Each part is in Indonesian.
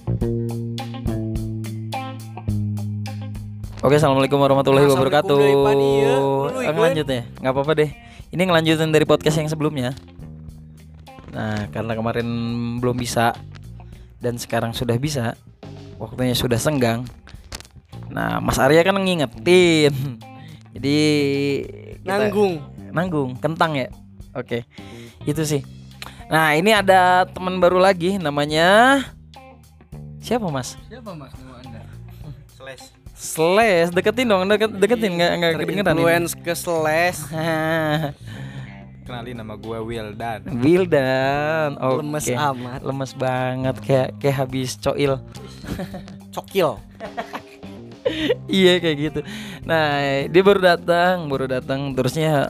Oke, assalamualaikum warahmatullahi wabarakatuh. Lanjut ya, nggak apa-apa deh. Ini ngelanjutin dari podcast yang sebelumnya. Nah, karena kemarin belum bisa dan sekarang sudah bisa, waktunya sudah senggang. Nah, Mas Arya kan ngingetin. Jadi nanggung, kentang ya. Oke, itu sih. Nah, ini ada teman baru lagi, namanya siapa Mas? Nama Anda? Slash, deketin dong, deketin nggak kedengeran. Influence ke Slash. Kenalin, nama gue Wildan. Oke. Lemes amat. Lemes banget, kayak habis coil. Cokil. Iya kayak gitu. Nah, dia baru datang terusnya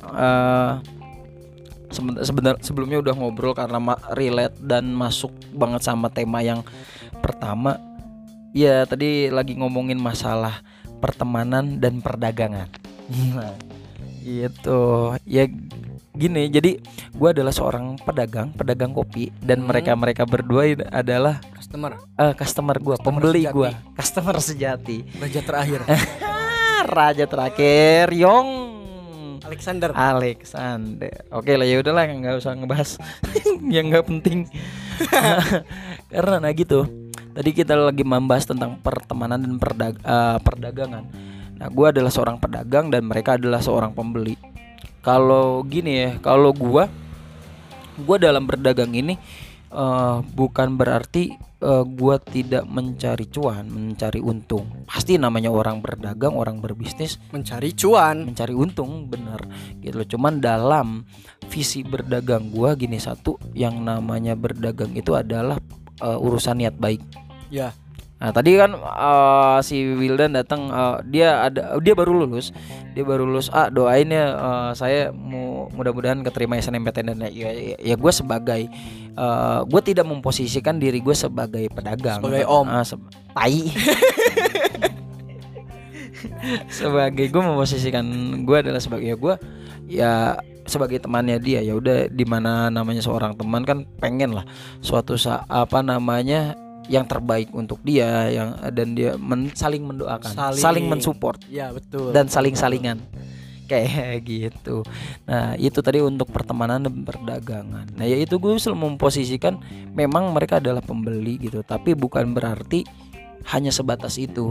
sebelumnya udah ngobrol karena relate dan masuk banget sama tema yang pertama. Ya, tadi lagi ngomongin masalah pertemanan dan perdagangan. Nah, gitu. Ya gini, jadi gue adalah seorang pedagang kopi dan mereka berdua adalah customer gue, pembeli gue, customer sejati. Raja terakhir. Raja terakhir, Yong Alexander. Oke lah, ya udahlah, nggak usah ngebahas yang nggak penting. Karena gitu. Tadi kita lagi membahas tentang pertemanan dan perdagangan. Nah, gue adalah seorang pedagang dan mereka adalah seorang pembeli. Kalau gini ya, kalau gue dalam berdagang ini bukan berarti gue tidak mencari cuan, mencari untung. Pasti namanya orang berdagang, orang berbisnis mencari cuan, mencari untung, bener gitu loh. Cuman dalam visi berdagang gue gini, satu, yang namanya berdagang itu adalah urusan niat baik. Ya. Nah, tadi kan si Wildan datang, dia baru lulus. Doain ya, saya mudah-mudahan keterima SNMPTN. Dan ya gue sebagai gue tidak memposisikan diri gue sebagai pedagang, sebagai om tai. Sebagai gue memposisikan gue adalah sebagai sebagai temannya dia. Ya udah, di mana namanya seorang teman kan pengen lah suatu yang terbaik untuk dia, dan dia saling mendoakan, saling mensupport, ya betul, dan saling-salingan kayak gitu. Nah, itu tadi untuk pertemanan dan perdagangan. Nah, yaitu gue selalu memposisikan memang mereka adalah pembeli gitu, tapi bukan berarti hanya sebatas itu.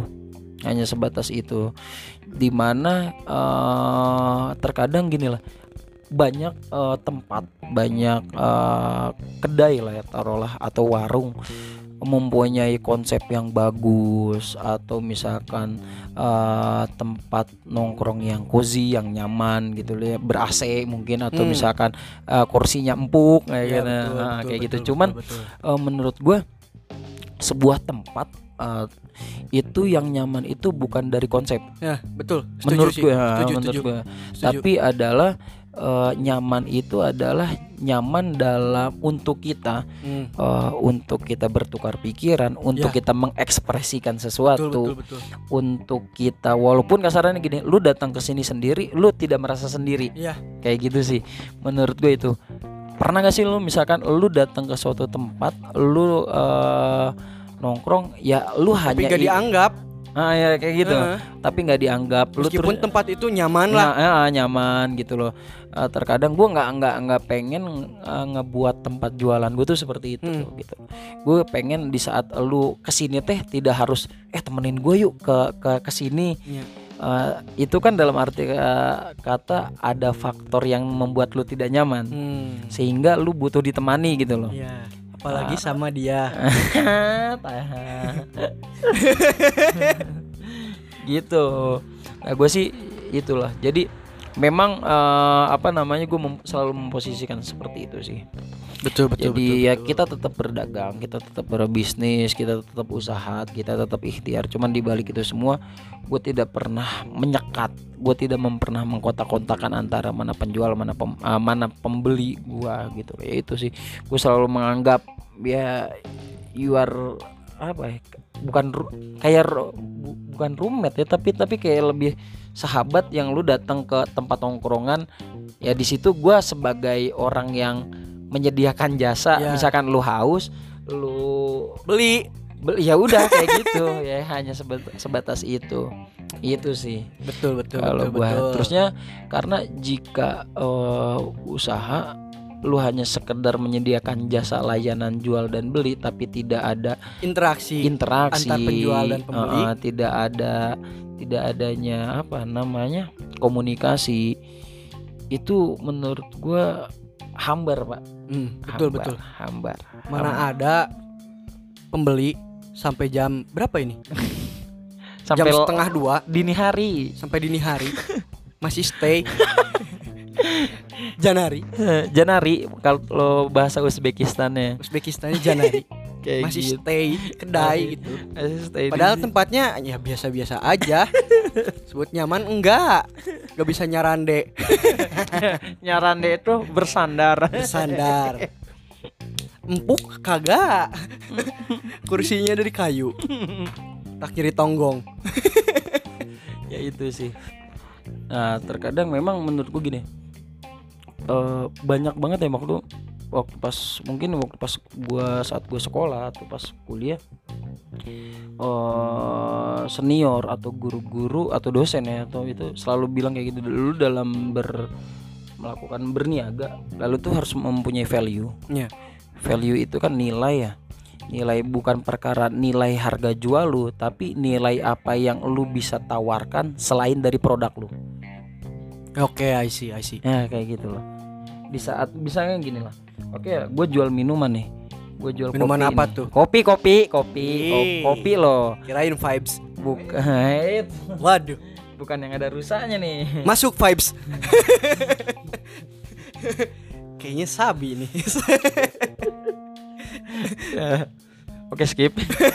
Dimana terkadang gini lah, banyak tempat, banyak kedai lah ya, taruhlah, atau warung mempunyai konsep yang bagus, atau misalkan tempat nongkrong yang cozy, yang nyaman gitu ya, ber-AC mungkin, atau misalkan kursinya empuk kayak gitu. Cuman menurut gue sebuah tempat itu yang nyaman itu bukan dari konsep. Ya, betul. Menurut gue. Tapi adalah nyaman itu adalah nyaman dalam untuk kita untuk kita bertukar pikiran, untuk kita mengekspresikan sesuatu, betul. Untuk kita, walaupun kasarannya gini, lu datang ke sini sendiri, lu tidak merasa sendiri. Kayak gitu sih menurut gue itu. Pernah gak sih lu misalkan lu datang ke suatu tempat, lu nongkrong, ya lu tapi hanya gak dianggap. Ya kayak gitu. Tapi nggak dianggap. Meskipun tempat itu nyaman lah. Nyaman gitu loh. Terkadang gue nggak pengen ngebuat tempat jualan gue tuh seperti itu gitu. Gue pengen di saat lu kesini tidak harus temenin gue yuk ke kesini. Itu kan dalam arti kata ada faktor yang membuat lu tidak nyaman, sehingga lu butuh ditemani gitu loh. Apalagi sama dia. Gitu. Nah, gue sih itulah. Jadi memang gue selalu memposisikan seperti itu sih. Betul. Jadi kita tetap berdagang, kita tetap berbisnis, kita tetap usaha, kita tetap ikhtiar. Cuman di balik itu semua, gue tidak pernah menyekat, gue tidak pernah mengkotak-kotakan antara mana penjual, mana pembeli gue gitu. Ya itu sih. Gue selalu menganggap you are bukan roommate ya, tapi kayak lebih sahabat yang lu datang ke tempat tongkrongan. Ya di situ gue sebagai orang yang menyediakan jasa. Misalkan lu haus, lu Ya udah kayak gitu ya, hanya sebatas itu sih Betul kalau gua. betul. Terusnya karena jika usaha lu hanya sekedar menyediakan jasa layanan jual dan beli tapi tidak ada interaksi antar penjual dan pembeli, tidak adanya apa namanya komunikasi, itu menurut gua hambar, Pak. Betul. Hambar. Mana ada pembeli sampai jam berapa ini? Sampai jam setengah 2 dini hari. sampai dini hari masih stay. Janari kalau bahasa Uzbekistannya. Uzbekistannya Janari. Kayak masih gitu. stay kedai gitu. Padahal tempatnya ya biasa-biasa aja. Sebut nyaman enggak bisa nyarande. Nyarande itu bersandar. Empuk kagak. Kursinya dari kayu. Tak kiri tonggong. Ya itu sih. Nah terkadang memang menurutku gini, banyak banget ya waktu saat gua sekolah atau pas kuliah, senior atau guru-guru atau dosen ya atau itu selalu bilang kayak gitu, dulu dalam melakukan berniaga lalu tuh harus mempunyai value. Value itu kan nilai ya, nilai bukan perkara nilai harga jual lu, tapi nilai apa yang lu bisa tawarkan selain dari produk lu. Oke, I see. Ya kayak gitu loh. Di saat misalnya gini lah, oke, gue jual minuman nih, gue jual minuman kopi apa nih. tuh? Kopi loh. Kirain vibes. Bukan. Waduh, bukan yang ada rusaknya nih. masuk vibes. Kayaknya sabi nih. Oke, skip.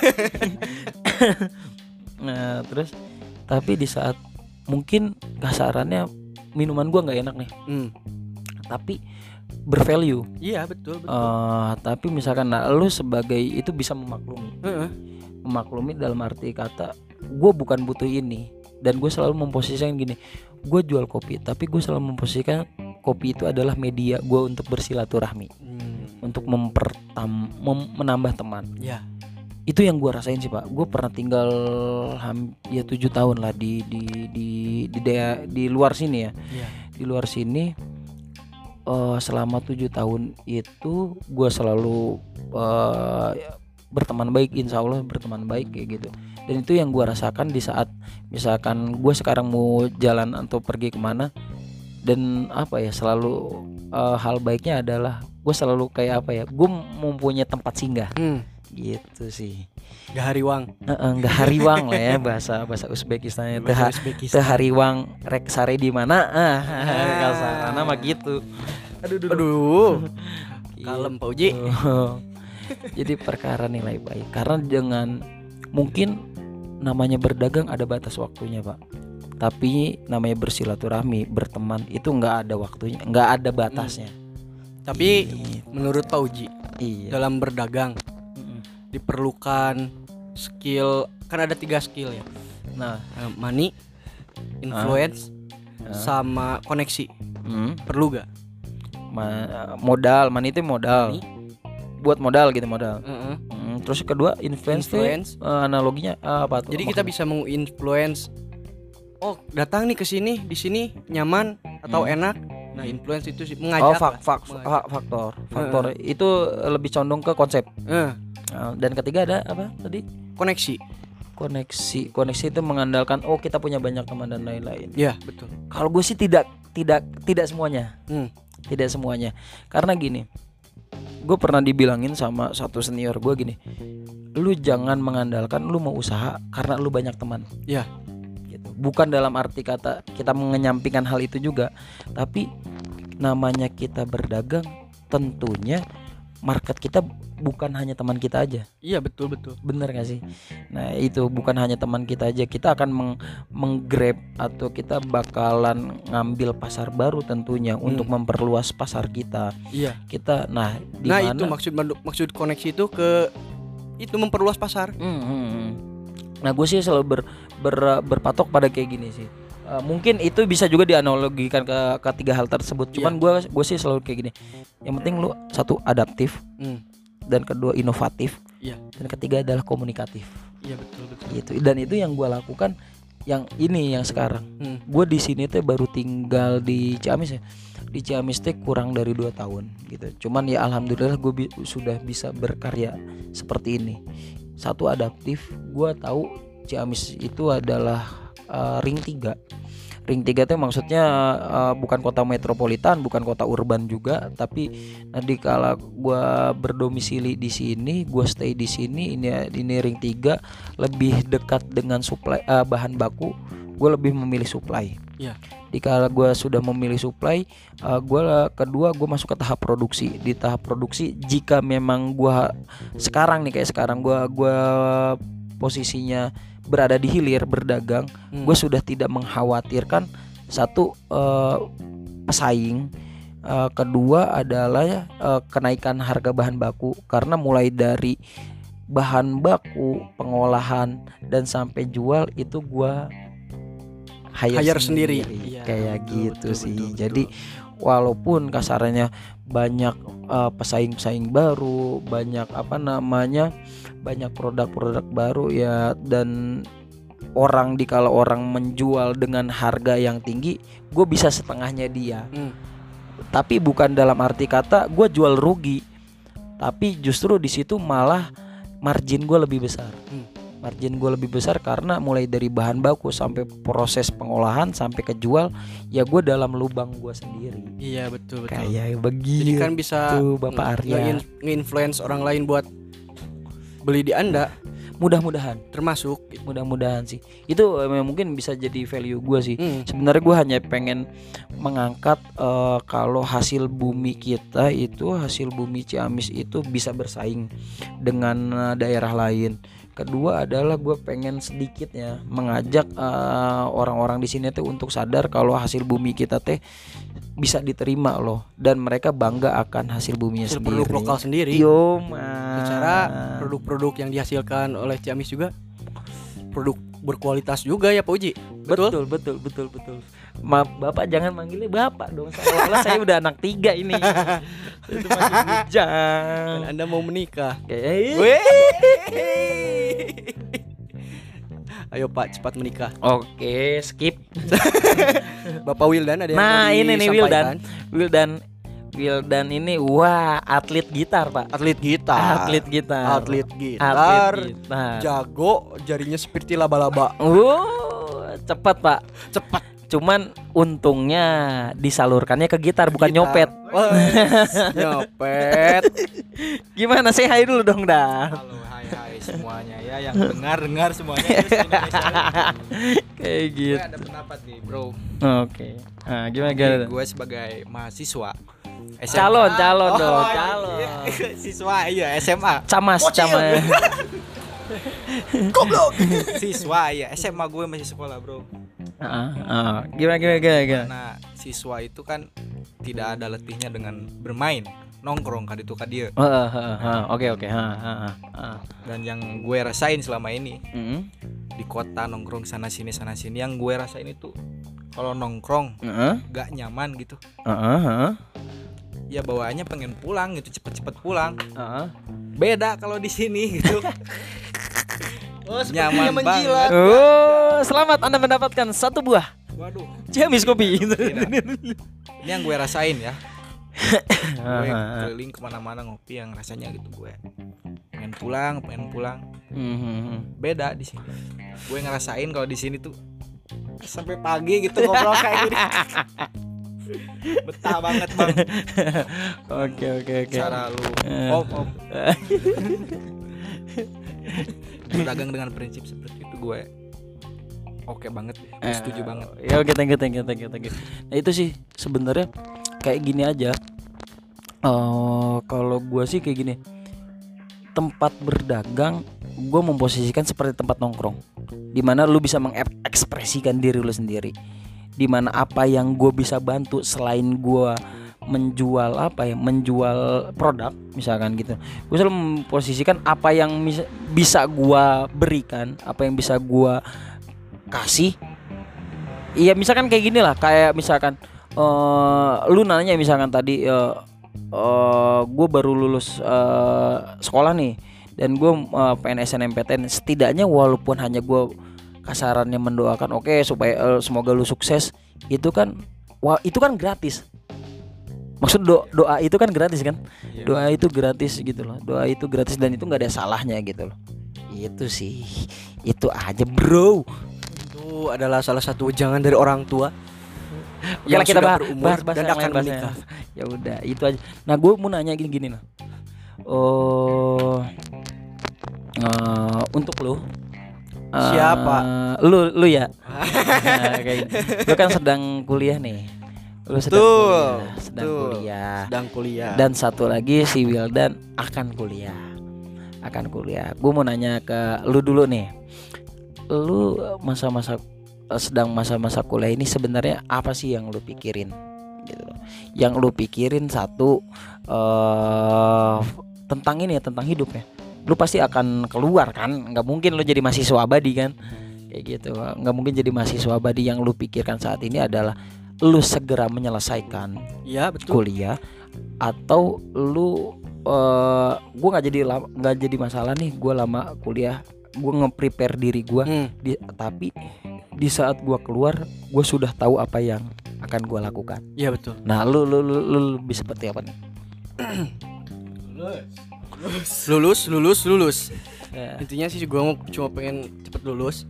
Nah terus tapi di saat mungkin kasarannya minuman gua nggak enak nih, tapi bervalue. Iya betul. Tapi misalkan lu sebagai itu bisa memaklumi dalam arti kata gue bukan butuh ini, dan gue selalu memposisikan gini, gue jual kopi tapi gue selalu memposisikan kopi itu adalah media gue untuk bersilaturahmi, untuk menambah teman. Ya. Itu yang gue rasain sih, Pak. Gue pernah tinggal 7 tahun lah di luar sini ya. Di luar sini selama 7 tahun itu gue selalu berteman baik, insya Allah berteman baik kayak gitu. Dan itu yang gue rasakan di saat misalkan gue sekarang mau jalan atau pergi kemana, dan apa ya, selalu hal baiknya adalah gue selalu kayak apa ya, gue mempunyai tempat singgah. Gitu sih. Gak hariwang. Gak hariwang lah ya bahasa Uzbekistannya. Teh hariwang rek sare di mana? Kalau sana mah gitu. Aduh. Kalem Pak Uji. Jadi perkara nilai baik. Karena dengan mungkin namanya berdagang ada batas waktunya, Pak. Tapi namanya bersilaturahmi, berteman itu nggak ada waktunya, nggak ada batasnya. Tapi menurut Pak Uji, dalam berdagang diperlukan skill, kan ada 3 skill ya. Nah, money, influence, sama koneksi. Perlu gak? Modal, money itu modal. Buat modal gitu, modal. Terus kedua influence. Analoginya apa tuh? Jadi kita bisa menginfluence. Oh, datang nih ke sini, di sini nyaman atau enak. Nah, influence itu sih mengajak. Faktor itu lebih condong ke konsep. Dan ketiga ada apa tadi? Koneksi itu mengandalkan kita punya banyak teman dan lain-lain. Iya, betul. Kalau gue sih tidak semuanya. Tidak semuanya. Karena gini, gue pernah dibilangin sama satu senior gue gini, lu jangan mengandalkan lu mau usaha karena lu banyak teman. Iya. Gitu. Bukan dalam arti kata kita mengenyampingkan hal itu juga, tapi namanya kita berdagang tentunya market kita bukan hanya teman kita aja. Iya, betul. Bener gak sih? Nah itu bukan hanya teman kita aja. Kita akan menggrab atau kita bakalan ngambil pasar baru tentunya untuk memperluas pasar kita. Iya. Kita itu maksud koneksi itu itu memperluas pasar. Nah gue sih selalu berpatok pada kayak gini sih. Mungkin itu bisa juga dianalogikan ke 3 hal tersebut. Cuman gue sih selalu kayak gini. Yang penting lu satu adaptif, dan kedua inovatif, Iya. Dan ketiga adalah komunikatif. Iya betul. Gitu. Dan itu yang gue lakukan yang sekarang. Gue di sini tuh baru tinggal di Ciamis ya. Di Ciamis teh kurang dari 2 tahun gitu. Cuman ya alhamdulillah gue sudah bisa berkarya seperti ini. Satu, adaptif. Gue tahu Ciamis itu adalah ring 3. Ring 3 itu maksudnya bukan kota metropolitan, bukan kota urban juga, tapi nanti kalau gue berdomisili di sini, gue stay di sini, ini ring 3 lebih dekat dengan supply bahan baku, gue lebih memilih supply. Iya. Dikala gue sudah memilih supply, kedua gue masuk ke tahap produksi. Di tahap produksi, jika memang gue sekarang gue posisinya berada di hilir berdagang, gue sudah tidak mengkhawatirkan satu pesaing, kedua adalah kenaikan harga bahan baku, karena mulai dari bahan baku, pengolahan dan sampai jual itu gue hire sendiri. Iya, kayak betul, gitu betul, sih. betul. Jadi walaupun kasarannya banyak pesaing-pesaing baru, banyak banyak produk-produk baru ya, dan kalau orang menjual dengan harga yang tinggi, gue bisa setengahnya dia. Tapi bukan dalam arti kata gue jual rugi, tapi justru di situ malah margin gue lebih besar. Margin gue lebih besar karena mulai dari bahan baku sampai proses pengolahan sampai kejual, ya gue dalam lubang gue sendiri. Iya betul. Kayak begitu. Jadi kan bisa Bapak Arya nge-influence orang lain buat beli di Anda. Mudah-mudahan sih. Itu mungkin bisa jadi value gue sih. Sebenarnya gue hanya pengen mengangkat kalau hasil bumi kita itu, hasil bumi Ciamis itu bisa bersaing dengan daerah lain. Kedua adalah gue pengen sedikitnya mengajak orang-orang di sini tuh untuk sadar kalau hasil bumi kita teh bisa diterima loh, dan mereka bangga akan hasil buminya sendiri. Produk lokal sendiri. Secara produk-produk yang dihasilkan oleh Ciamis juga produk berkualitas juga ya Pak Uji. Betul. Maaf Bapak, jangan manggilnya Bapak dong. Seolah-olah saya udah anak 3 ini. Itu masih bujang. Dan Anda mau menikah. Ayo Pak, cepat menikah. Oke, skip. Bapak Wildan ada yang nah mau ini nih disampaikan? Wildan ini atlet gitar Pak. Atlet gitar. Jago, jarinya seperti laba-laba. Cepat Pak. Cepat. Cuman untungnya disalurkannya ke gitar, bukan nyopet. Nyopet. Gimana, say hi dulu dong dah. Halo, hai semuanya ya, yang dengar semuanya. Kayak gitu. Gue ada pendapat nih bro. Oke. Nah, gimana? Gue sebagai mahasiswa SMA. Calon dong. Siswa SMA. Camas. Goblok. Siswa SMA, gue masih sekolah bro. Gimana? Nah, siswa itu kan tidak ada letihnya dengan bermain, nongkrong kan itu kan dia. Oke. Dan yang gue rasain selama ini di kota nongkrong sana sini, yang gue rasain itu kalau nongkrong gak nyaman gitu. Ya bawaannya pengen pulang gitu, cepet pulang. Beda kalau di sini gitu. Nyaman banget. Selamat Anda mendapatkan 1 buah. Waduh, Ciamis kopi. Ini yang gue rasain ya. Gue keliling kemana-mana ngopi yang rasanya gitu, gue pengen pulang. Beda di sini. Gue ngerasain kalau di sini tuh sampai pagi gitu ngobrol kayak gini. Betah banget bang. Oke. Cara lu om. Berdagang dengan prinsip seperti itu gue oke banget, setuju banget. Ya oke, thank you. Nah itu sih sebenarnya kayak gini aja. Kalau gue sih kayak gini, tempat berdagang gue memposisikan seperti tempat nongkrong, dimana lu bisa mengekspresikan diri lu sendiri, dimana apa yang gue bisa bantu selain gue menjual menjual produk misalkan gitu, gue selalu memposisikan apa yang bisa gue berikan, apa yang bisa gue kasih. Iya misalkan kayak gini lah, kayak misalkan lu nanya misalkan tadi gue baru lulus sekolah nih dan gue pengen SNMPTN, setidaknya walaupun hanya gue kasarannya mendoakan oke supaya semoga lu sukses, itu kan itu kan gratis. Maksud doa itu kan gratis kan? Iya. Doa itu gratis gitu loh. Doa itu gratis dan itu nggak ada salahnya gitu loh. Itu sih, itu aja bro. Itu adalah salah satu ujangan dari orang tua Yang kita sudah bahas dan akan menikah. Ya udah itu aja. Nah gue mau nanya gini lah. Untuk lu Siapa? Lu ya. Nah, kayak gitu. Lu kan sedang kuliah nih. Lu sedang kuliah. Dan satu lagi si Wildan akan kuliah. Gue mau nanya ke lu dulu nih. Lu sedang masa-masa kuliah ini sebenarnya apa sih yang lu pikirin gitu loh. Yang lu pikirin satu tentang ini ya, tentang hidup ya. Lu pasti akan keluar kan, nggak mungkin lu jadi mahasiswa abadi kan, kayak gitu. Nggak mungkin jadi mahasiswa abadi. Yang lu pikirkan saat ini adalah lu segera menyelesaikan kuliah, atau lu gue nggak jadi masalah nih gue lama kuliah, gue nge-prepare diri gue tapi di saat gue keluar gue sudah tahu apa yang akan gue lakukan. Iya betul. Nah lu lebih seperti apa nih? Lulus. Ya. Intinya sih gue cuma pengen cepet lulus.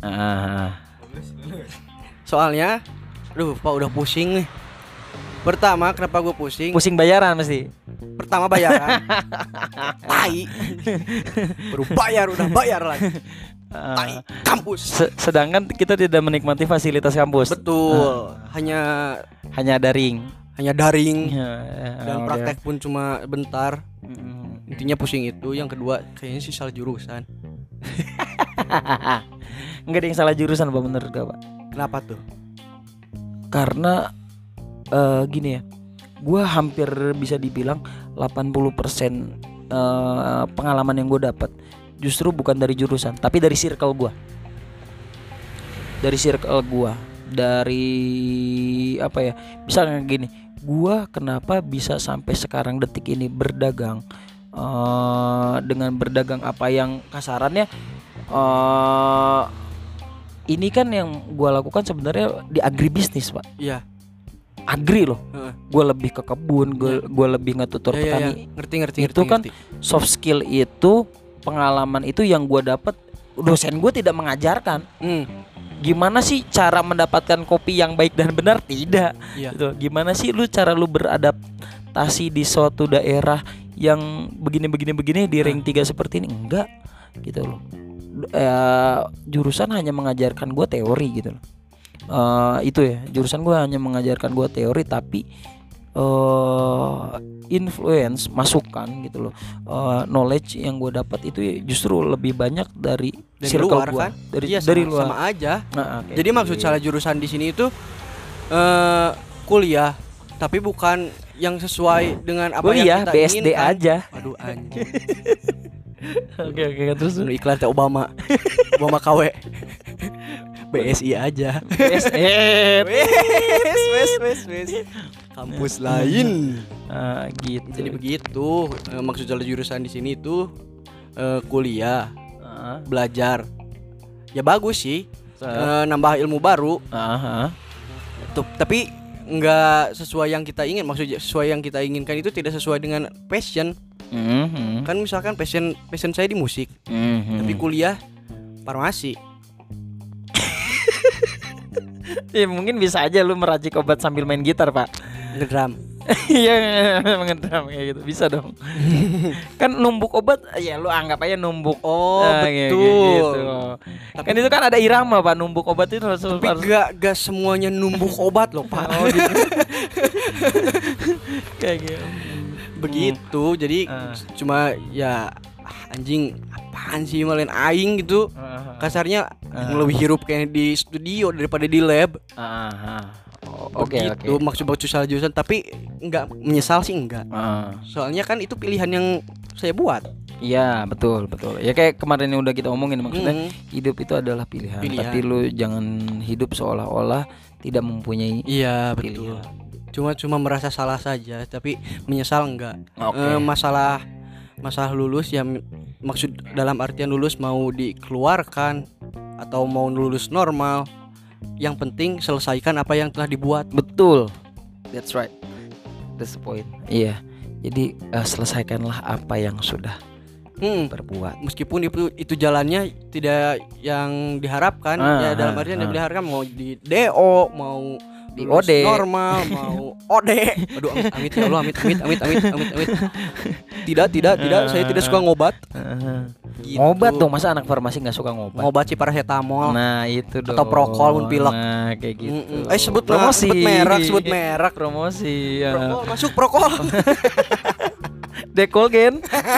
Soalnya Pak udah pusing nih. Pertama kenapa gue pusing? Pusing bayaran mesti. Pertama bayaran. Tai. Baru udah bayar lagi. Tai kampus. Sedangkan kita tidak menikmati fasilitas kampus. Betul. Hanya daring. Dan praktek pun cuma bentar. Intinya pusing itu. Yang kedua kayaknya sih salah jurusan. Enggak ada yang salah jurusan Pak, menurut gue Pak. Kenapa tuh? Karena gini ya, gue hampir bisa dibilang 80% pengalaman yang gue dapat justru bukan dari jurusan, tapi dari circle gue. Dari apa ya? Misalnya gini, gue kenapa bisa sampai sekarang detik ini berdagang dengan berdagang apa yang kasarannya ini kan yang gue lakukan sebenarnya di agribisnis Pak. Iya. Agri loh. Gue lebih ke kebun, gue lebih ngetutur petani. Ngerti. Itu kan soft skill itu, pengalaman itu yang gue dapat. Dosen gue tidak mengajarkan. Gimana sih cara mendapatkan kopi yang baik dan benar? Tidak. Gitu. Gimana sih cara lu beradaptasi di suatu daerah yang begini di ring 3 seperti ini? Enggak. Gitu loh. Jurusan hanya mengajarkan gue teori gitu loh. Itu ya, jurusan gue hanya mengajarkan gue teori, tapi influence, masukan gitu loh, knowledge yang gue dapat itu justru lebih banyak dari circle luar gue, kan? dari luar. Sama aja. Okay. Jadi maksud salah jurusan di sini itu kuliah, tapi bukan yang sesuai dengan apa yang kita BSD inginkan. Aja. Aduh anjing. Oke, terus iklan teh Obama KW. BSI aja. Wes. Kampus lain. Gitu. Jadi begitu. Maksud salah jurusan di sini itu kuliah, belajar. Ya bagus sih. Nambah ilmu baru. Tapi nggak sesuai yang kita ingin. Maksudnya sesuai yang kita inginkan itu tidak sesuai dengan passion. Kan misalkan passion saya di musik, tapi kuliah farmasi. Ya mungkin bisa aja lu meracik obat sambil main gitar Pak. Ngedram. Iya ngedram kayak gitu, bisa dong. Kan numbuk obat ya lu anggap aja numbuk. Betul gitu. Kan itu kan ada irama Pak, numbuk obat itu harus. Tapi gak semuanya numbuk obat loh Pak. Gitu. Kayak gitu. Begitu. Jadi cuma ya anjing apaan sih malin aing gitu. Kasarnya lebih hirup kayak di studio daripada di lab. Oke. Maksud salah jurusan, tapi enggak menyesal sih enggak. Soalnya kan itu pilihan yang saya buat. Iya betul. Ya kayak kemarin yang udah kita omongin, maksudnya hidup itu adalah pilihan. Tapi lu jangan hidup seolah-olah tidak mempunyai. Iya betul. Cuma merasa salah saja, tapi menyesal enggak. Masalah masalah lulus ya, maksud dalam artian lulus mau dikeluarkan atau mau lulus normal, yang penting selesaikan apa yang telah dibuat. Betul, that's right, that's the point. Iya, jadi selesaikanlah apa yang sudah berbuat. Meskipun itu jalannya tidak yang diharapkan, ya dalam artian yang diharapkan mau di DO, mau di OD normal, mau OD. Aduh, amit ya Allah, amit. Tidak, saya tidak suka ngobat. Gitu. Ngobat dong, masa anak farmasi nggak suka ngobat? Ngobat sih paracetamol. Nah itu dong. Atau prokol mun pilek. Nah kayak gitu. Sebut merek. Promosi. Ya. Prokol, masuk prokol. Dekolgen.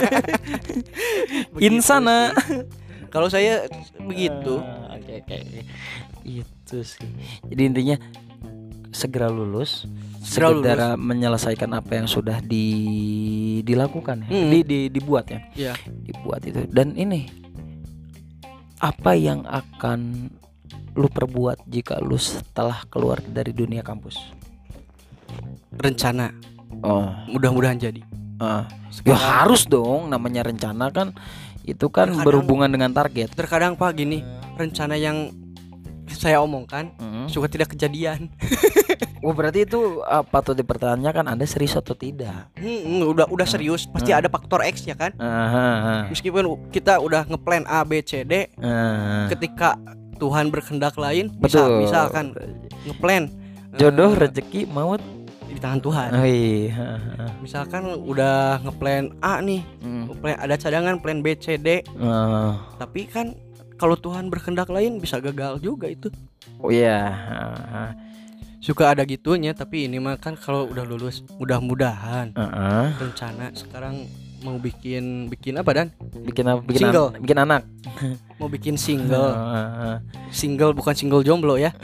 Insana. Kalau saya begitu. Oke. Itu sih. Jadi intinya segera lulus, segera menyelesaikan apa yang sudah dilakukan ya. Dibuat ya. Yeah. Dibuat itu. Dan ini apa yang akan lu perbuat jika lu setelah keluar dari dunia kampus? Rencana. Mudah-mudahan jadi. Ya harus dong, namanya rencana kan itu kan berhubungan dengan target. Terkadang Pak gini, rencana yang saya omongkan suka tidak kejadian. Berarti itu patut dipertanyakan Anda serius atau tidak? Udah serius, pasti ada faktor X ya kan? Meskipun kita udah ngeplan A B C D, ketika Tuhan berkehendak lain, misalkan ngeplan jodoh, rezeki, maut di tangan Tuhan. Misalkan udah ngeplan A nih, plan ada cadangan plan B C D, tapi kan kalau Tuhan berkehendak lain bisa gagal juga itu. Oh iya. Suka ada gitunya, tapi ini mah kan kalau udah lulus mudah-mudahan. Rencana sekarang mau bikin apa Dan? Bikin apa? Single. Bikin anak. Mau bikin single. Single bukan single jomblo ya.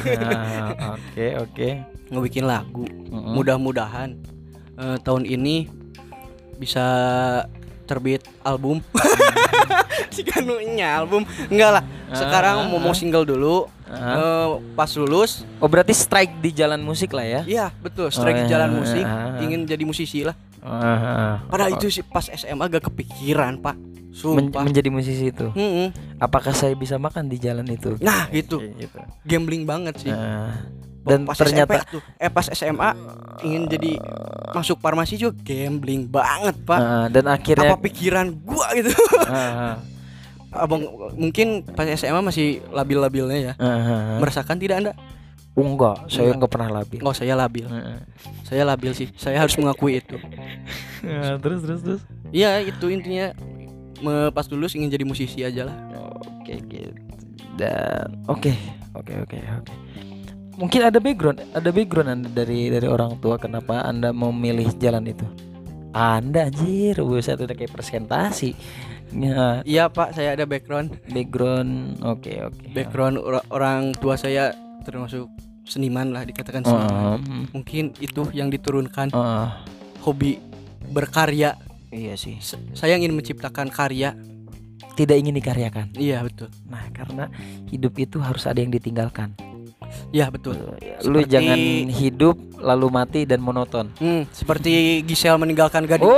Oke. Mau bikin lagu. Mudah-mudahan tahun ini bisa terbit album. Si kanunya album enggak lah. Sekarang mau single dulu. Pas lulus. Oh berarti strike di jalan musik lah ya? Iya betul, strike di jalan musik. Ingin jadi musisi lah. Padahal itu sih pas SMA agak kepikiran Pak. Menjadi musisi itu. Apakah saya bisa makan di jalan itu? Nah itu gitu. Gambling banget sih. Dan pas ternyata pas SMA ingin jadi masuk farmasi juga gambling banget Pak. Dan akhirnya apa pikiran gua gitu. Abang mungkin pas SMA masih labil-labilnya ya. Merasakan tidak Anda? Enggak, saya enggak pernah labil. Oh, saya labil. Saya labil sih. Saya harus mengakui itu. Terus. Iya, itu intinya pas lulus ingin jadi musisi aja lah. Oke gitu. Dan oke. Mungkin ada background Anda dari orang tua kenapa Anda memilih jalan itu? Anda anjir, saya udah kayak presentasi. Ya. Iya Pak, saya ada background. Oke. Background orang tua saya termasuk seniman lah, dikatakan seniman. Mungkin itu yang diturunkan. Hobi berkarya. Iya sih. Saya ingin menciptakan karya, tidak ingin dikaryakan. Iya betul. Nah karena hidup itu harus ada yang ditinggalkan. Iya betul. Lu jangan hidup lalu mati dan monoton. Seperti Giselle meninggalkan gading.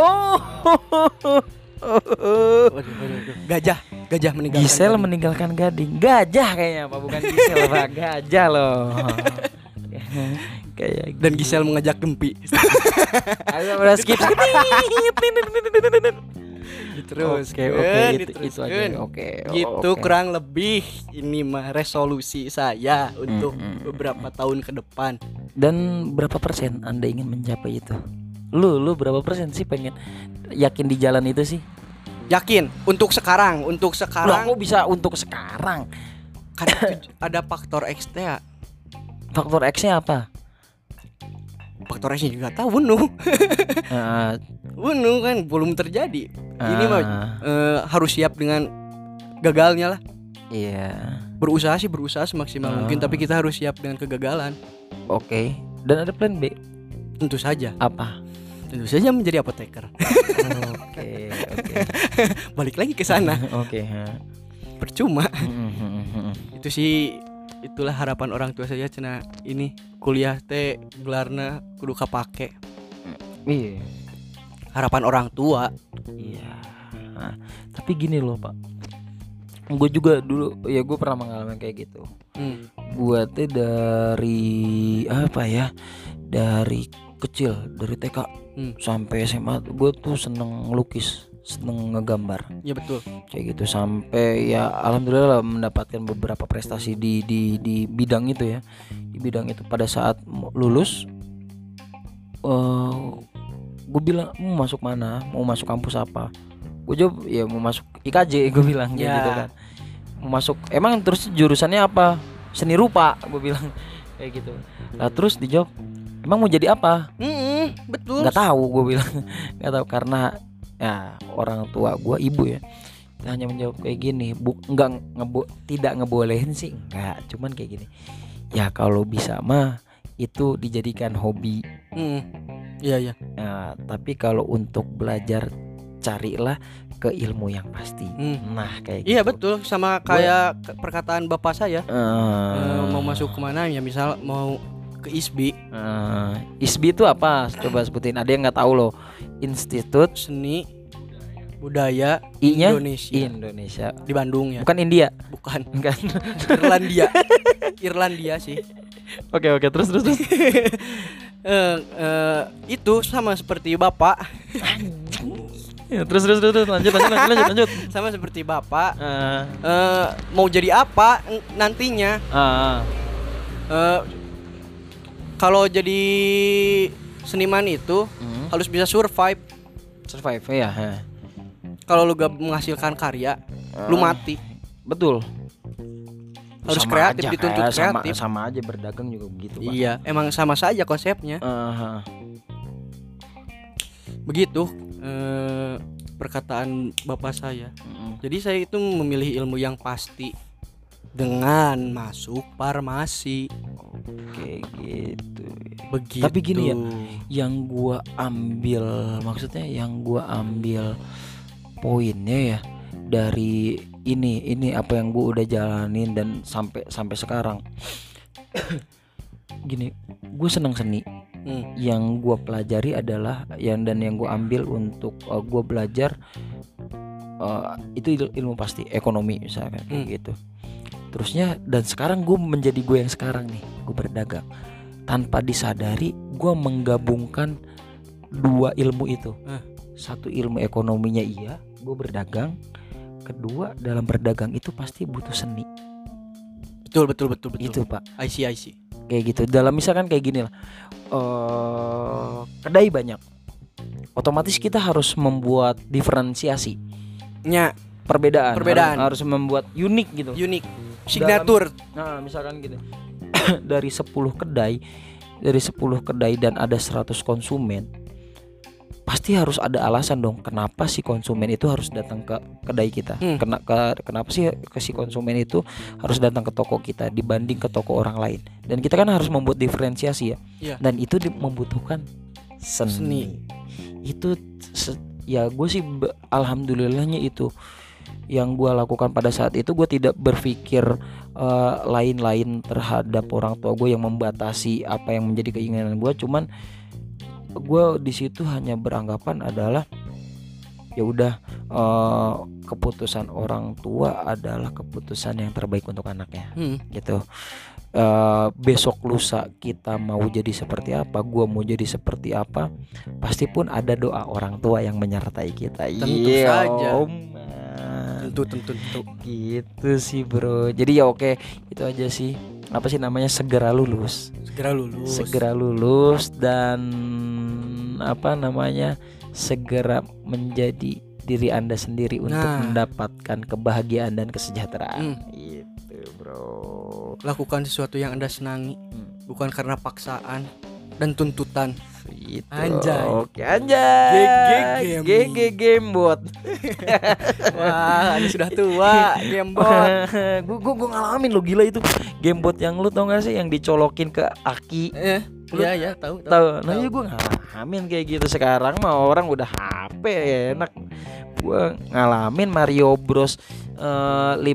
Gajah meninggalkan Giselle gading. Meninggalkan gading. Gajah kayaknya apa bukan Giselle Pak. Gajah loh. Kayak dan Giselle mengajak Gempi. Ayo udah skip. Terus itu aja. Oke. Gitu kurang lebih ini mah resolusi saya untuk beberapa tahun ke depan. Dan berapa persen Anda ingin mencapai itu? Lu berapa persen sih pengen yakin di jalan itu sih? Yakin untuk sekarang. Loh, kok bisa untuk sekarang? Karena ada faktor X ya. Faktor X-nya apa? Faktor X-nya juga tahu Bunuh kan belum terjadi. Ini mah harus siap dengan gagalnya lah. Iya. Berusaha semaksimal mungkin, tapi kita harus siap dengan kegagalan. Oke. Dan ada plan B? Tentu saja. Apa? Tentu saja menjadi apoteker. Oke. Balik lagi ke sana. Oke. Percuma. Itu sih, itulah harapan orang tua saya cenah ini kuliah teh gelarna kudu kapake. Iya. harapan orang tua. Iya. Nah, tapi gini loh Pak, gue juga dulu ya gue pernah mengalami kayak gitu. Gue tuh dari apa ya, dari kecil, dari TK sampai SMA gue tuh seneng lukis, seneng ngegambar. Iya betul. Kayak gitu sampai ya alhamdulillah mendapatkan beberapa prestasi di bidang itu ya. Di bidang itu pada saat lulus gue bilang mau masuk mana, mau masuk kampus apa. Gue jawab ya mau masuk IKJ, gue bilang kayak gitu kan. Mau masuk emang terus jurusannya apa? Seni rupa, gue bilang kayak gitu. Nah terus dijawab emang mau jadi apa? Betul. Nggak tahu, gue bilang nggak tahu karena ya orang tua gue, ibu ya, hanya menjawab kayak gini, tidak ngebolehin sih enggak, cuman kayak gini ya kalau bisa mah itu dijadikan hobi. Iya. Nah, tapi kalau untuk belajar carilah ke ilmu yang pasti. Nah kayak gitu. Iya betul, sama kayak perkataan bapak saya. Mau masuk kemana ya, misal mau ke ISBI. ISBI itu apa? Coba sebutin. Ada yang nggak tahu loh. Institut Seni Budaya I-nya? Indonesia di Bandung ya. Bukan India. Bukan. Kan? Irlandia sih. Oke terus. Itu sama seperti bapak. Ya, terus lanjut. Sama seperti bapak. Mau jadi apa nantinya? Kalau jadi seniman itu harus bisa survive ya. Kalau lu gak menghasilkan karya, lu mati. Betul. Harus sama kreatif, aja, dituntut kreatif. Sama aja berdagang juga begitu Pak. Iya, emang sama saja konsepnya. Begitu perkataan bapak saya. Jadi saya itu memilih ilmu yang pasti dengan masuk farmasi. Oke gitu. Begitu. Tapi gini ya, yang gua ambil poinnya ya dari ini apa yang gua udah jalanin dan sampai sekarang. Gini, gue senang seni. Yang gue pelajari adalah yang gue ambil untuk gue belajar itu ilmu pasti, ekonomi misalkan kayak gitu. Terusnya dan sekarang gue menjadi gue yang sekarang nih, gue berdagang. Tanpa disadari gue menggabungkan dua ilmu itu. Satu ilmu ekonominya iya, gue berdagang. Kedua dalam berdagang itu pasti butuh seni. Betul. Itu Pak. I see. Kayak gitu. Dalam misalkan kayak gini lah, kedai banyak, otomatis kita harus membuat diferensiasi. Perbedaan. Harus membuat unik gitu. Unik. Signatur. Nah misalkan gitu. dari 10 kedai dan ada 100 konsumen, pasti harus ada alasan dong kenapa si konsumen itu harus datang ke kedai kita. Kenapa sih si konsumen itu harus datang ke toko kita dibanding ke toko orang lain. Dan kita kan harus membuat diferensiasi ya. Dan itu membutuhkan seni. Itu ya gue sih alhamdulillahnya itu yang gue lakukan pada saat itu. Gue tidak berpikir lain-lain terhadap orang tua gue yang membatasi apa yang menjadi keinginan gue. Cuman gue di situ hanya beranggapan adalah ya udah, keputusan orang tua adalah keputusan yang terbaik untuk anaknya. Gitu. Besok lusa kita mau jadi seperti apa, gue mau jadi seperti apa, pasti pun ada doa orang tua yang menyertai kita. Tentu saja. Tentu. Gitu sih bro. Jadi ya oke, itu aja sih. Apa sih namanya, segera lulus dan apa namanya, segera menjadi diri Anda sendiri untuk mendapatkan kebahagiaan dan kesejahteraan. Gitu bro. Lakukan sesuatu yang Anda senangi, bukan karena paksaan dan tuntutan. Gitu. Anjay. Oke anjay. GG Gamebot. Wah, ini sudah tua Gamebot. Gue ngalamin lo, gila itu Gamebot yang lu tau gak sih, yang dicolokin ke aki. Iya, tahu. Nah ya gue ngalamin kayak gitu. Sekarang mah orang udah HP enak. Gue ngalamin Mario Bros 502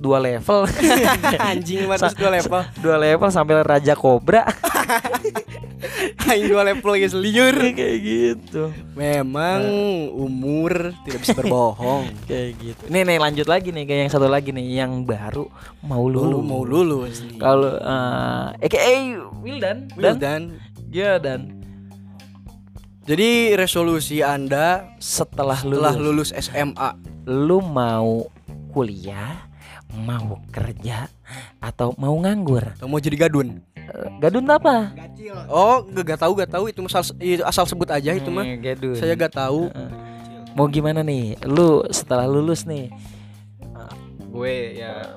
level. Anjing, 502 level. 2 level sampai Raja Cobra. Aing 2 level geus lieur. Kayak gitu. Memang umur tidak bisa berbohong. Kayak gitu. Nih lanjut lagi nih kayak yang satu lagi nih yang baru mau lulus. Kalau Wildan. Ya dan. Jadi resolusi Anda setelah lulus SMA, lu mau kuliah, mau kerja, atau mau nganggur? Atau mau jadi gadun? Gadun apa? Gacil. Oh, gak tahu itu asal sebut aja itu mah. Gadun. Saya gak tahu. Mau gimana nih? Lu setelah lulus nih? Gue ya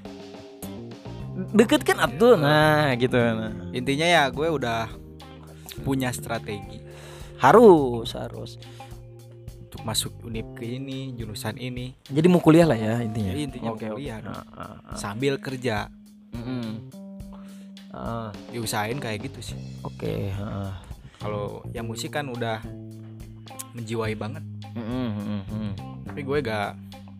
deket kan atuh. Nah, gitu. Nah. Intinya ya gue udah punya strategi. Harus untuk masuk univ ke ini, jurusan ini. Jadi mau kuliah lah ya intinya. Intinya okay, mau kuliah. Sambil kerja. Diusahain kayak gitu sih. Oke. Kalau yang musik kan udah menjiwai banget. Tapi gue gak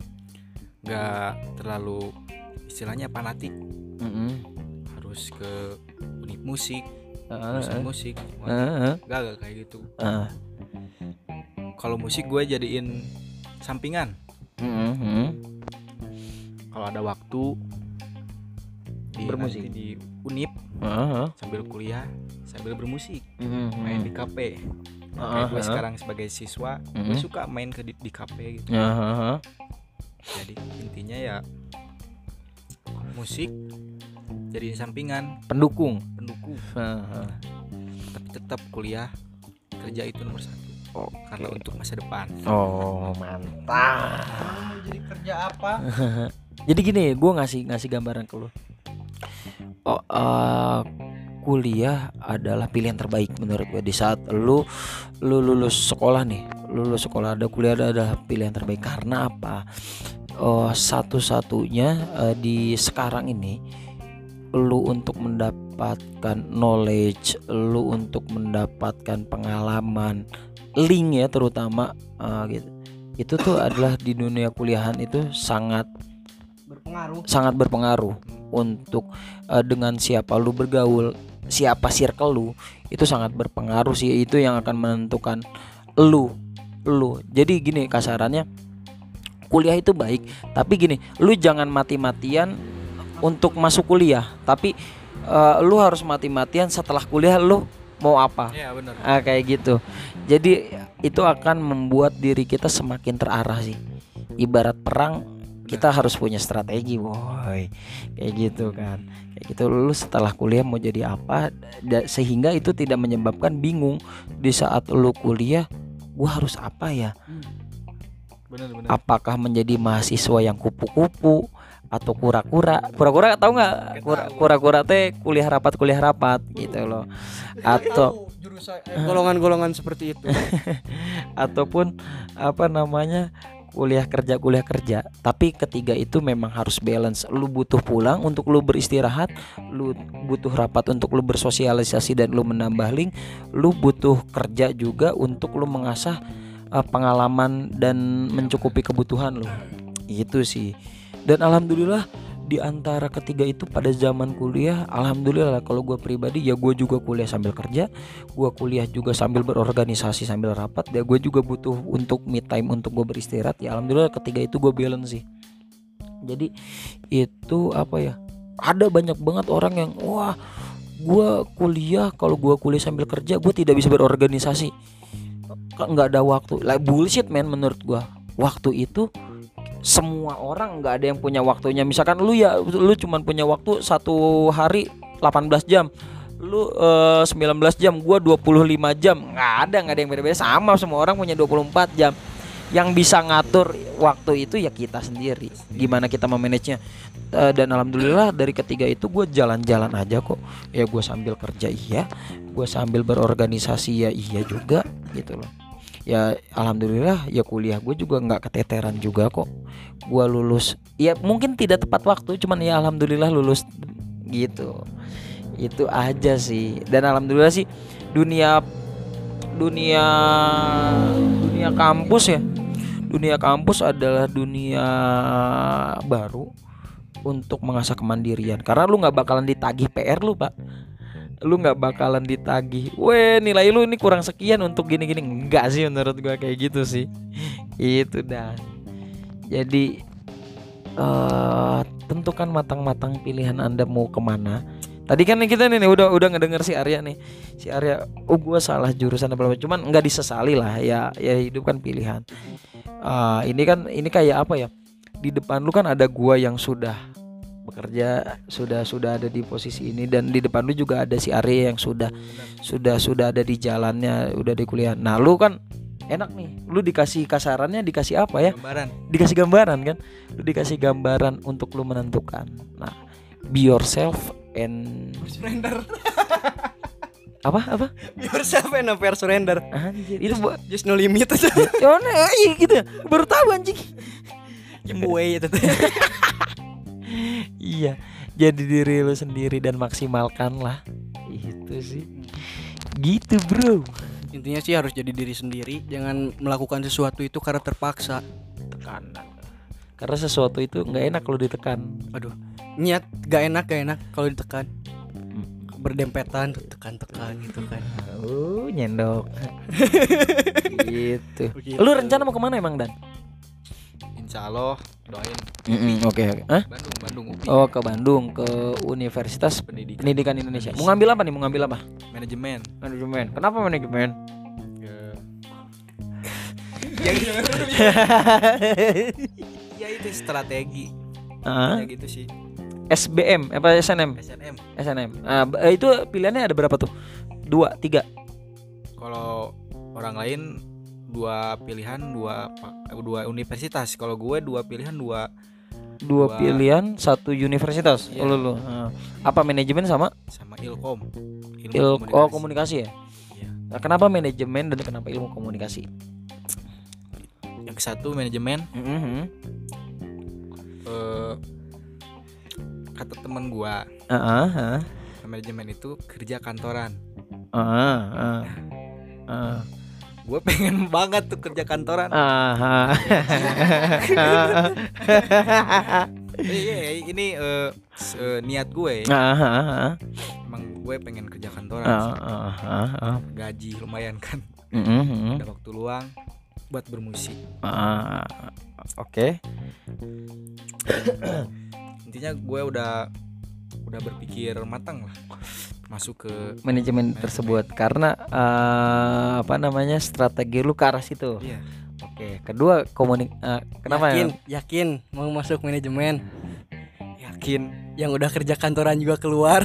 terlalu istilahnya fanatik. Harus ke univ musik, jurusan musik. Gak kayak gitu. Kalau musik gue jadiin sampingan. Kalau ada waktu bermusik di univ, sambil kuliah, sambil bermusik, main di kafe. Kayak gue sekarang sebagai siswa, gue suka main di kafe gitu. Jadi intinya ya musik jadi sampingan, pendukung. Tapi tetap kuliah, kerja itu nomor 1. Karena untuk masa depan. Oh, mantap. Jadi kerja apa? Jadi gini, gue ngasih gambaran ke lu. Kuliah adalah pilihan terbaik menurut gue. Di saat lu lulus sekolah nih, ada kuliah adalah pilihan terbaik. Karena apa? Satu-satunya di sekarang ini, lu untuk mendapatkan knowledge, lu untuk mendapatkan pengalaman, link ya terutama gitu. Itu tuh adalah di dunia kuliahan itu sangat berpengaruh untuk dengan siapa lu bergaul, siapa circle lu, itu sangat berpengaruh sih. Itu yang akan menentukan lu. Jadi gini kasarannya, kuliah itu baik, tapi gini, lu jangan mati-matian untuk masuk kuliah, tapi lu harus mati-matian setelah kuliah lu mau apa. Iya benar. Kayak gitu. Jadi itu akan membuat diri kita semakin terarah sih. Ibarat perang, kita harus punya strategi, boy. Kayak gitu kan. Kayak gitu, lu setelah kuliah mau jadi apa, sehingga itu tidak menyebabkan bingung di saat lu kuliah, gua harus apa ya? Benar. Apakah menjadi mahasiswa yang kupu-kupu atau kura-kura tahu nggak? Kura-kura teh kuliah rapat gitu loh. Atau golongan-golongan seperti itu. Ataupun kuliah kerja. Tapi ketiga itu memang harus balance. Lu butuh pulang untuk lu beristirahat, lu butuh rapat untuk lu bersosialisasi dan lu menambah link, lu butuh kerja juga untuk lu mengasah pengalaman dan mencukupi kebutuhan lu. Itu sih. Dan alhamdulillah di antara ketiga itu pada zaman kuliah, alhamdulillah kalau gue pribadi ya, gue juga kuliah sambil kerja, gue kuliah juga sambil berorganisasi sambil rapat, ya gue juga butuh untuk me time untuk gue beristirahat. Ya alhamdulillah ketiga itu gue balance sih. Jadi itu ada banyak banget orang yang gue kuliah, kalau gue kuliah sambil kerja gue tidak bisa berorganisasi, nggak ada waktu. Bullshit man, menurut gue. Waktu itu semua orang, nggak ada yang punya waktunya. Misalkan lu cuman punya waktu satu hari 18 jam, lu 19 jam, gua 25 jam. Nggak ada yang beda-beda, sama semua orang punya 24 jam. Yang bisa ngatur waktu itu ya kita sendiri, gimana kita memanagenya. Dan alhamdulillah dari ketiga itu gue jalan-jalan aja kok. Ya gue sambil kerja iya, gue sambil berorganisasi ya iya juga gitu loh. Ya alhamdulillah ya kuliah gue juga nggak keteteran juga kok. Gue lulus ya mungkin tidak tepat waktu, cuman ya alhamdulillah lulus gitu. Itu aja sih. Dan alhamdulillah sih dunia kampus ya, dunia kampus adalah dunia baru untuk mengasah kemandirian, karena lu nggak bakalan ditagih PR lu pak. lu nggak bakalan ditagih. Weh, nilai lu ini kurang sekian untuk gini-gini. Enggak sih menurut gua kayak gitu sih. Itu dah. Jadi tentukan matang-matang pilihan Anda mau kemana. Tadi kan kita nih udah ngedenger si Arya nih. Si Arya, gua salah jurusan apa, cuman nggak disesali lah ya hidup kan pilihan. Ini kayak apa ya? Di depan lu kan ada gua yang sudah bekerja, sudah ada di posisi ini, dan di depan lu juga ada si Arya yang sudah ada di jalannya, udah di kuliah. Nah, lu kan enak nih, lu dikasih kasarannya, dikasih apa ya? Dikasih gambaran kan? Lu dikasih gambaran untuk lu menentukan. Nah, be yourself and surrender. apa? Be yourself and never surrender. Anjir, itu just no limit aja. Iya gitu ya. Baru tahu anjing. Giveaway itu tuh. Iya, jadi diri lu sendiri dan maksimalkanlah. Itu sih. Gitu, bro. Intinya sih harus jadi diri sendiri, jangan melakukan sesuatu itu karena terpaksa. Tekanan. Karena sesuatu itu nggak enak kalau ditekan. Aduh, niat gak enak kalau ditekan. Berdempetan, tekan gitu kan. Nyendok. Gitu. Lu rencana mau kemana emang, Dan? Insya Allah doain. Oke. Hah? Bandung UPI. Oh, ke Bandung, ke Universitas Pendidikan Indonesia. Mau ngambil apa? Manajemen. Kenapa manajemen? Ya itu strategi. Ya gitu sih. SBM apa SNM? SNM. Itu pilihannya ada berapa tuh? 2, 3. Kalau orang lain 2 pilihan 2 universitas. Kalau gue 2 pilihan 2 pilihan 1 universitas. Iya. Lu. Apa manajemen sama ilkom. Komunikasi ya? Iya. Nah, kenapa manajemen dan kenapa ilmu komunikasi? Yang satu manajemen. Kata teman gue, manajemen itu kerja kantoran. Gue pengen banget tuh kerja kantoran. Ini niat gue. Emang gue pengen kerja kantoran. Gaji lumayan kan. Ada waktu luang buat bermusik. Oke. Intinya gue udah berpikir matang lah masuk ke manajemen tersebut karena strategi lu ke arah situ. Iya. Oke. Kedua kenapa yakin mau masuk manajemen? Yakin. Yang udah kerja kantoran juga keluar.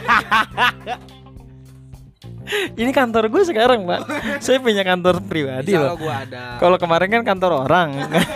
Ini kantor gue sekarang, Pak. Saya punya kantor pribadi, Pak. Kalau gue ada. Kalau kemarin kan kantor orang.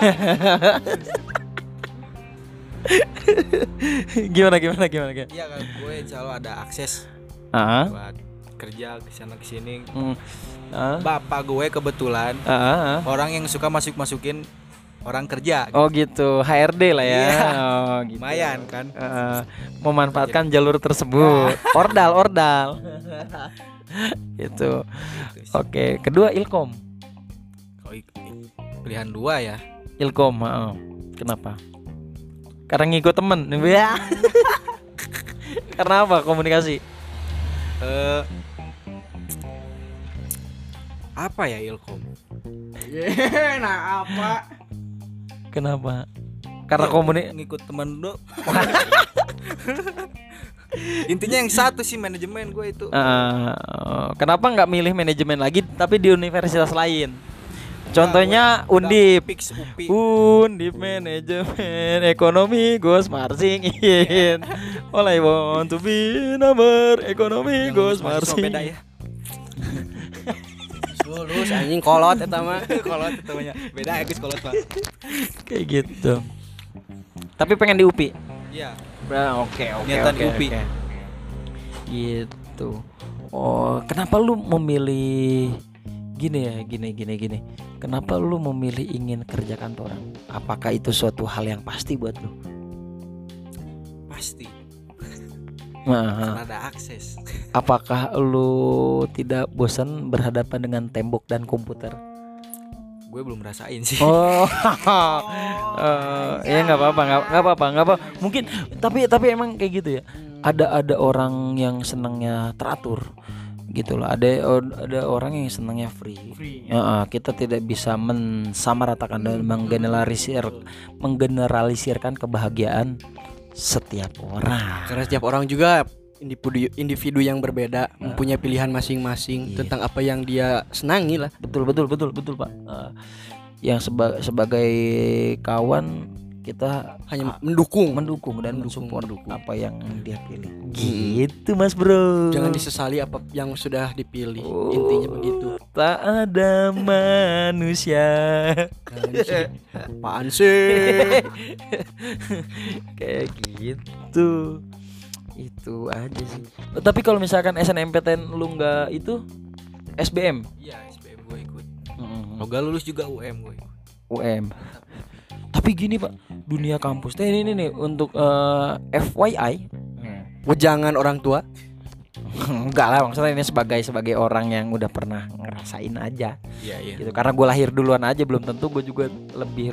Gimana? Iya, gue insya Allah ada akses buat kerja kesana kesini. Bapak gue kebetulan orang yang suka masukin orang kerja. Oh gitu, HRD lah ya. Iya. Oh, gitu. Lumayan kan. Memanfaatkan jalur tersebut. Ordal. Gitu. Oke, kedua ilkom. Kalau pilihan 2 ya. Ilkom, kenapa? Karena ngikut temen. Karena apa? Komunikasi. Apa ya ilkom? Nah apa? Kenapa? Karena ngikut temen dulu. Intinya yang satu sih manajemen gue itu. Kenapa nggak milih manajemen lagi tapi di universitas lain? Contohnya Undip. Undip manajemen ekonomi goes marching in. All I want to be number ekonomi goes marching. Beda ya. Lulus anjing kolot eta mah. Kolot eta mah. Beda ya guys kolot, Pak. Kayak gitu. Tapi pengen di UPI. Iya. Oke. Niatan di UPI. Gitu. Oh, kenapa lu memilih gini? Kenapa lu memilih ingin kerja kantoran? Apakah itu suatu hal yang pasti buat lu? Pasti. Karena ada akses. Apakah lu tidak bosan berhadapan dengan tembok dan komputer? Gue belum rasain sih. Ya nggak apa-apa. Mungkin tapi emang kayak gitu ya. Ada orang yang senangnya teratur gitu loh. Ada orang yang senangnya free. Kita tidak bisa mensamaratakan dan menggeneralisirkan kebahagiaan setiap orang. Karena setiap orang juga individu yang berbeda, mempunyai pilihan masing-masing tentang apa yang dia senangi lah. Betul Pak. Yang sebagai kawan kita hanya mendukung dan mensupport apa yang dia pilih. Gitu Mas Bro. Jangan disesali apa yang sudah dipilih. Intinya begitu. Tak ada manusia. Apaan sih? Kayak gitu. Itu aja sih. Tapi kalau misalkan SNMPTN lu nggak itu SBM? Iya, SBM gue ikut. Kalau gak lulus juga UM gue ikut. UM. Tapi gini Pak, dunia kampus ini nih untuk FYI, wejangan orang tua. Enggak lah, maksudnya ini sebagai orang yang udah pernah ngerasain aja. Iya. Gitu. Karena gue lahir duluan aja, belum tentu gue juga lebih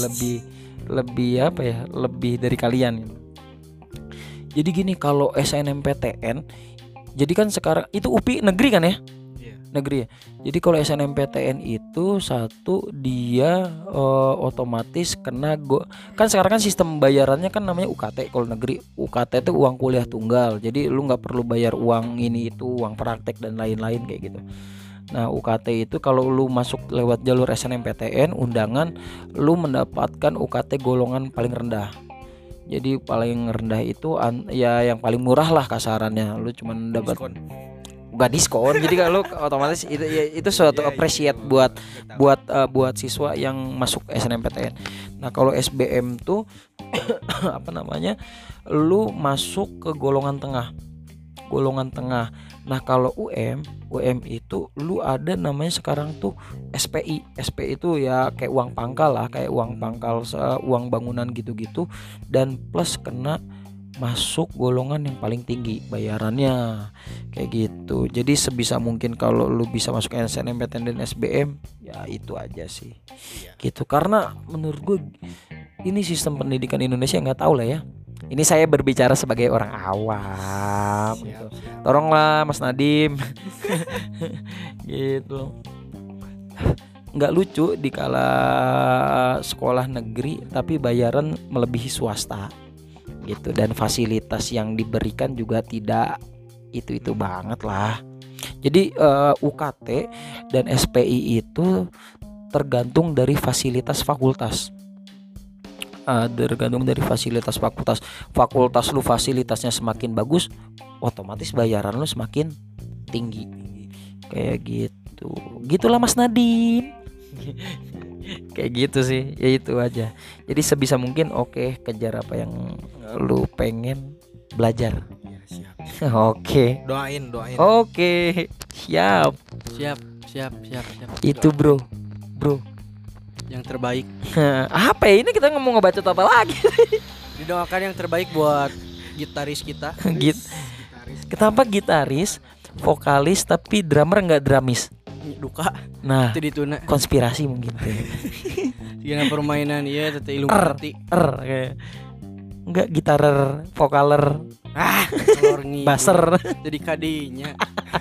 apa ya, lebih dari kalian. Jadi gini, kalau SNMPTN, jadi kan sekarang itu UPI negeri kan ya? Negeri ya. Jadi kalau SNMPTN itu satu dia otomatis kena kan sekarang kan sistem bayarannya kan namanya UKT. Kalau negeri UKT itu uang kuliah tunggal. Jadi lu nggak perlu bayar uang ini itu, uang praktek dan lain-lain kayak gitu. Nah UKT itu kalau lu masuk lewat jalur SNMPTN undangan, lu mendapatkan UKT golongan paling rendah. Jadi paling rendah itu ya yang paling murah lah kasarannya. Lu cuma dapat gak diskon. Jadi kalau otomatis itu suatu appreciate buat siswa yang masuk SNMPTN. Nah kalau SBM tuh apa namanya, lu masuk ke golongan tengah. Nah kalau UM itu lu ada namanya sekarang tuh SPI itu ya kayak uang pangkal lah, kayak uang pangkal uang bangunan gitu-gitu, dan plus kena masuk golongan yang paling tinggi bayarannya kayak gitu. Jadi sebisa mungkin kalau lu bisa masuk SNMPTN dan SBM ya itu aja sih. Gitu. Karena menurut gue ini sistem pendidikan Indonesia nggak tahu lah ya. Ini saya berbicara sebagai orang awam. Gitu. Tolonglah Mas Nadim. Gitu. Nggak lucu dikala sekolah negeri tapi bayaran melebihi swasta. Gitu, dan fasilitas yang diberikan juga tidak itu banget lah. Jadi UKT dan SPI itu tergantung dari fasilitas fakultas. Fakultas lu fasilitasnya semakin bagus, otomatis bayaran lu semakin tinggi. Kayak gitu. Gitulah Mas Nadim. Kayak gitu sih, ya itu aja. Jadi sebisa mungkin kejar apa yang lu pengen belajar. Oke. Doain. Oke, siap. Itu bro. Yang terbaik. Apa ya ini, kita ngomong ngebacot apa lagi? Didoakan yang terbaik buat gitaris kita. Kenapa gitaris, vokalis tapi drummer nggak dramis? Duka. Nah, itu dituna. Konspirasi mungkin. Gimana permainan ya, tete Illuminati. Kayak enggak gitarer, vokaler. Kalorngi. Basser. Jadi kadinya.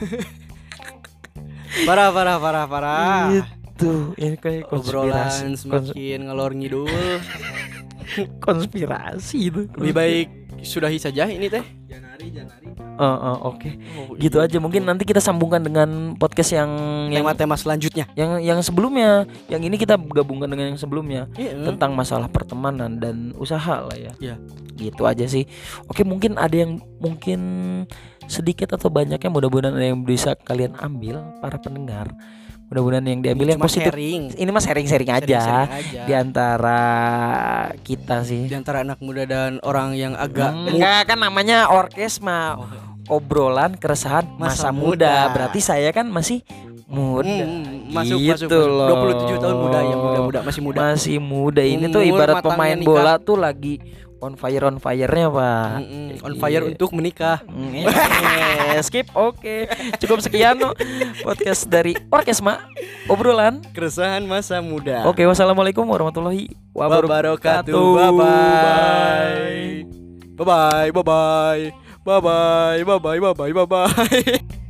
Parah. Itu ini kayak konspirasi. Obrolan semakin ngalor ngidul. Konspirasi itu. Lebih baik sudahi saja ini teh. Janari. Oke. Gitu aja. Mungkin nanti kita sambungkan dengan podcast yang tema selanjutnya. Yang sebelumnya. Yang ini kita gabungkan dengan yang sebelumnya. Tentang masalah pertemanan dan usaha lah ya. Iya. Gitu aja sih. Oke, mungkin ada yang sedikit atau banyaknya, mudah-mudahan ada yang bisa kalian ambil para pendengar. Mudah-mudahan yang diambil yang positif. Ini mah sharing aja di antara kita sih. Di antara anak muda dan orang yang agak enggak kan namanya orkesma. Obrolan keresahan masa muda. Berarti saya kan masih muda. Masuk loh. 27 tahun muda ya, muda masih muda. Masih muda. Ini tuh ibarat pemain bola tuh lagi on fire-nya Pak. On fire untuk menikah. Skip. Oke. Cukup sekian podcast dari Orkesma, obrolan keresahan masa muda. Oke, wassalamualaikum warahmatullahi wabarakatuh. Bye bye. Bye bye.